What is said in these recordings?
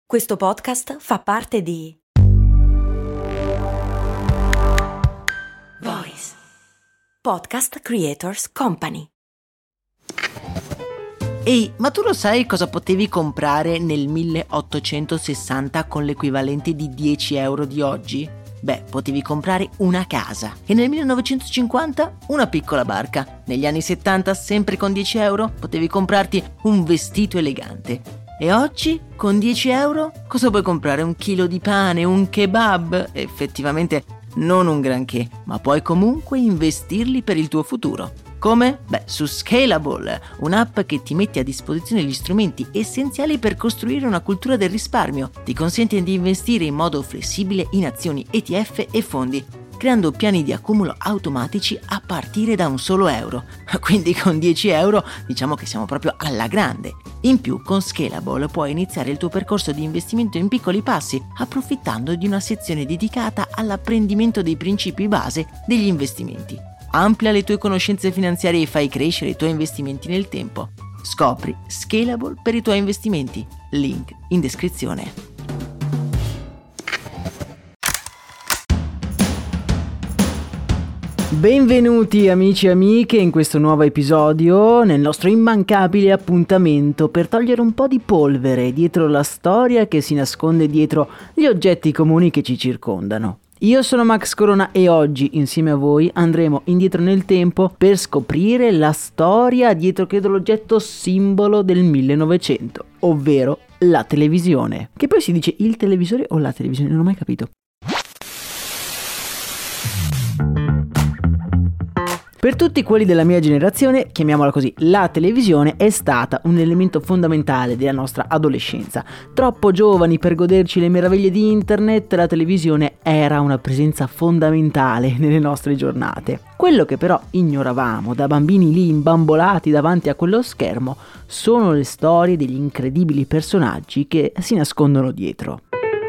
Questo podcast fa parte di Voice Podcast Creators Company. Ehi, ma tu lo sai cosa potevi comprare nel 1860 con l'equivalente di 10 euro di oggi? Beh, potevi comprare una casa e nel 1950 una piccola barca. Negli anni 70, sempre con 10 euro, potevi comprarti un vestito elegante. E oggi, con 10 euro, cosa puoi comprare? Un chilo di pane, un kebab? Effettivamente non un granché, ma puoi comunque investirli per il tuo futuro. Come? Beh, su Scalable, un'app che ti mette a disposizione gli strumenti essenziali per costruire una cultura del risparmio. Ti consente di investire in modo flessibile in azioni, ETF e fondi, creando piani di accumulo automatici a partire da un solo euro. Quindi con 10 euro diciamo che siamo proprio alla grande. In più, con Scalable puoi iniziare il tuo percorso di investimento in piccoli passi, approfittando di una sezione dedicata all'apprendimento dei principi base degli investimenti. Amplia le tue conoscenze finanziarie e fai crescere i tuoi investimenti nel tempo. Scopri Scalable per i tuoi investimenti. Link in descrizione. Benvenuti amici e amiche in questo nuovo episodio, nel nostro immancabile appuntamento per togliere un po' di polvere dietro la storia che si nasconde dietro gli oggetti comuni che ci circondano. Io sono Max Corona e oggi insieme a voi andremo indietro nel tempo per scoprire la storia dietro credo l'oggetto simbolo del 1900, ovvero la televisione. Che poi si dice il televisore o la televisione, non ho mai capito. Per tutti quelli della mia generazione, chiamiamola così, la televisione è stata un elemento fondamentale della nostra adolescenza. Troppo giovani per goderci le meraviglie di internet, la televisione era una presenza fondamentale nelle nostre giornate. Quello che però ignoravamo da bambini lì imbambolati davanti a quello schermo sono le storie degli incredibili personaggi che si nascondono dietro.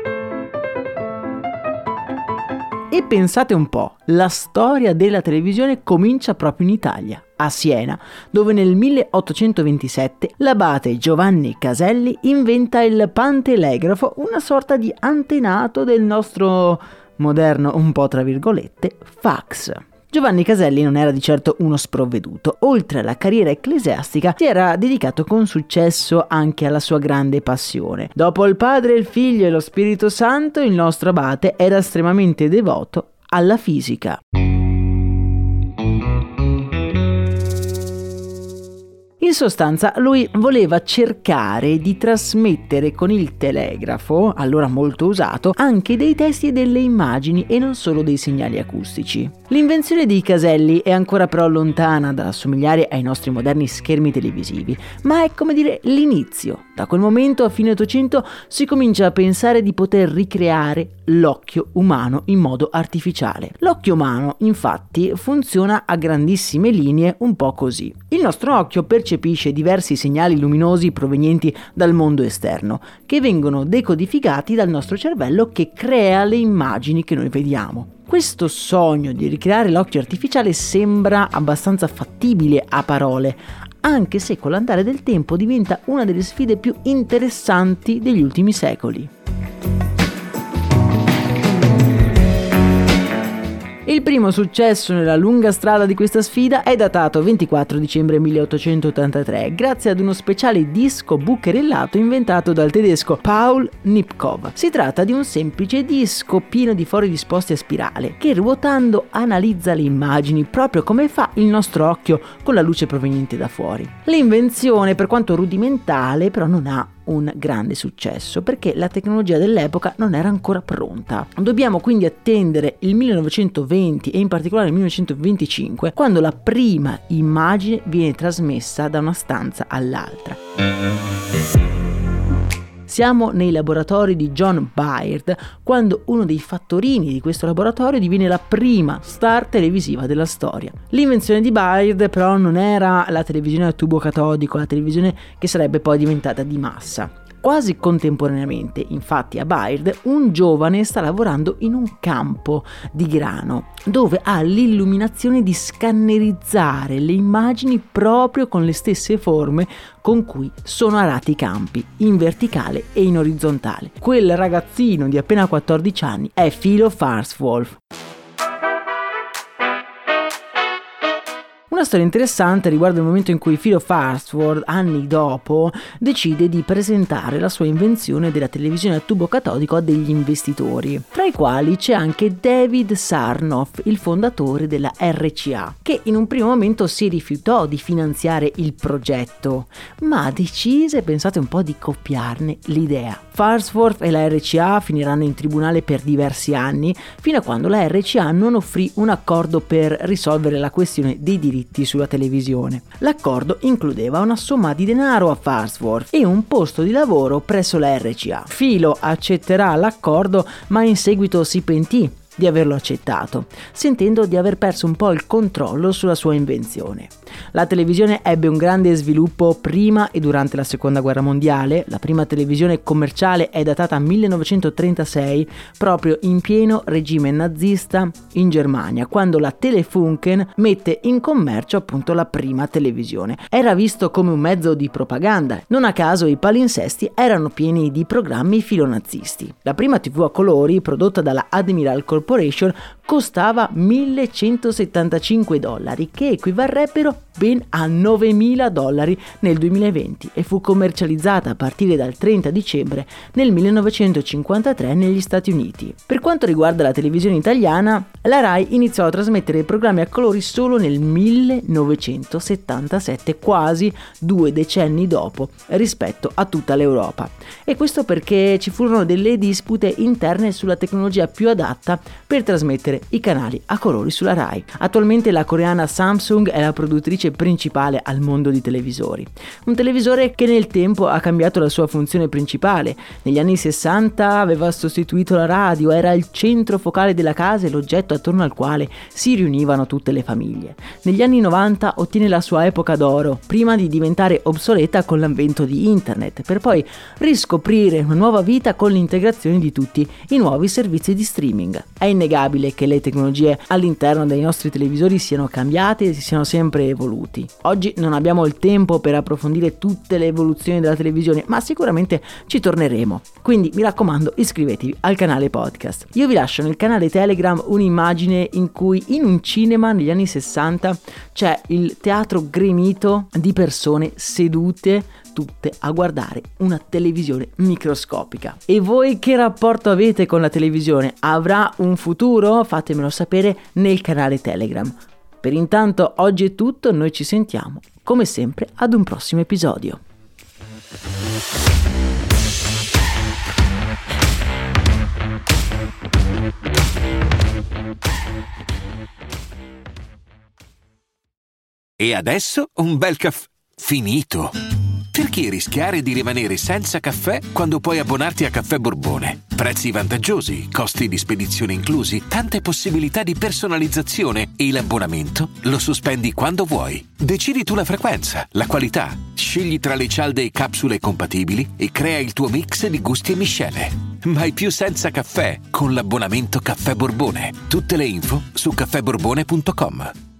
E pensate un po', la storia della televisione comincia proprio in Italia, a Siena, dove nel 1827 l'abate Giovanni Caselli inventa il pantelegrafo, una sorta di antenato del nostro moderno, un po' tra virgolette, fax. Giovanni Caselli non era di certo uno sprovveduto. Oltre alla carriera ecclesiastica, si era dedicato con successo anche alla sua grande passione. Dopo il Padre, il Figlio e lo Spirito Santo, il nostro abate era estremamente devoto alla fisica. In sostanza, lui voleva cercare di trasmettere con il telegrafo, allora molto usato, anche dei testi e delle immagini e non solo dei segnali acustici. L'invenzione di Caselli è ancora però lontana dall'assomigliare ai nostri moderni schermi televisivi, ma è come dire l'inizio. Da quel momento, a fine Ottocento, si comincia a pensare di poter ricreare l'occhio umano in modo artificiale. L'occhio umano, infatti, funziona a grandissime linee un po' così. Il nostro occhio percepisce diversi segnali luminosi provenienti dal mondo esterno, che vengono decodificati dal nostro cervello che crea le immagini che noi vediamo. Questo sogno di ricreare l'occhio artificiale sembra abbastanza fattibile a parole, anche se con l'andare del tempo diventa una delle sfide più interessanti degli ultimi secoli. Il primo successo nella lunga strada di questa sfida è datato 24 dicembre 1883 grazie ad uno speciale disco bucherellato inventato dal tedesco Paul Nipkow. Si tratta di un semplice disco pieno di fori disposti a spirale che ruotando analizza le immagini proprio come fa il nostro occhio con la luce proveniente da fuori. L'invenzione, per quanto rudimentale, però non ha un grande successo perché la tecnologia dell'epoca non era ancora pronta. Dobbiamo quindi attendere il 1920 e in particolare il 1925 quando la prima immagine viene trasmessa da una stanza all'altra. Siamo nei laboratori di John Baird quando uno dei fattorini di questo laboratorio diviene la prima star televisiva della storia. L'invenzione di Baird però non era la televisione a tubo catodico, la televisione che sarebbe poi diventata di massa. Quasi contemporaneamente, infatti, a Baird, un giovane sta lavorando in un campo di grano dove ha l'illuminazione di scannerizzare le immagini proprio con le stesse forme con cui sono arati i campi, in verticale e in orizzontale. Quel ragazzino di appena 14 anni è Philo Farnsworth. Una storia interessante riguarda il momento in cui Philo Farnsworth, anni dopo, decide di presentare la sua invenzione della televisione a tubo catodico a degli investitori, tra i quali c'è anche David Sarnoff, il fondatore della RCA, che in un primo momento si rifiutò di finanziare il progetto, ma decise, pensate un po', di copiarne l'idea. Farnsworth e la RCA finiranno in tribunale per diversi anni, fino a quando la RCA non offrì un accordo per risolvere la questione dei diritti sulla televisione. L'accordo includeva una somma di denaro a Farnsworth e un posto di lavoro presso la RCA. Philo accetterà l'accordo, ma in seguito si pentì di averlo accettato, sentendo di aver perso un po' il controllo sulla sua invenzione. La televisione ebbe un grande sviluppo prima e durante la Seconda Guerra Mondiale. La prima televisione commerciale è datata 1936, proprio in pieno regime nazista in Germania, quando la Telefunken mette in commercio appunto la prima televisione. Era visto come un mezzo di propaganda. Non a caso i palinsesti erano pieni di programmi filonazisti. La prima TV a colori, prodotta dalla Admiral Corporation, costava $1.175, che equivarrebbero ben a $9.000 nel 2020, e fu commercializzata a partire dal 30 dicembre nel 1953 negli Stati Uniti. Per quanto riguarda la televisione italiana, la Rai iniziò a trasmettere programmi a colori solo nel 1977, quasi 2 decenni dopo rispetto a tutta l'Europa. E questo perché ci furono delle dispute interne sulla tecnologia più adatta per trasmettere i canali a colori sulla Rai. Attualmente la coreana Samsung è la produttrice principale al mondo di televisori. Un televisore che nel tempo ha cambiato la sua funzione principale. Negli anni 60 aveva sostituito la radio, era il centro focale della casa e l'oggetto attorno al quale si riunivano tutte le famiglie. Negli anni 90 ottiene la sua epoca d'oro, prima di diventare obsoleta con l'avvento di internet, per poi riscoprire una nuova vita con l'integrazione di tutti i nuovi servizi di streaming. È innegabile che le tecnologie all'interno dei nostri televisori siano cambiate e si siano sempre evoluti. Oggi non abbiamo il tempo per approfondire tutte le evoluzioni della televisione, ma sicuramente ci torneremo. Quindi mi raccomando, iscrivetevi al canale podcast. Io vi lascio nel canale Telegram un'immagine in cui in un cinema negli anni 60 c'è il teatro gremito di persone sedute tutte a guardare una televisione microscopica. E voi che rapporto avete con la televisione? Avrà un futuro? Fatemelo sapere nel canale Telegram. Per intanto oggi è tutto, noi ci sentiamo come sempre ad un prossimo episodio. E adesso un bel caffè finito. Perché rischiare di rimanere senza caffè quando puoi abbonarti a Caffè Borbone? Prezzi vantaggiosi, costi di spedizione inclusi, tante possibilità di personalizzazione e l'abbonamento lo sospendi quando vuoi. Decidi tu la frequenza, la qualità, scegli tra le cialde e capsule compatibili e crea il tuo mix di gusti e miscele. Mai più senza caffè con l'abbonamento Caffè Borbone. Tutte le info su caffèborbone.com.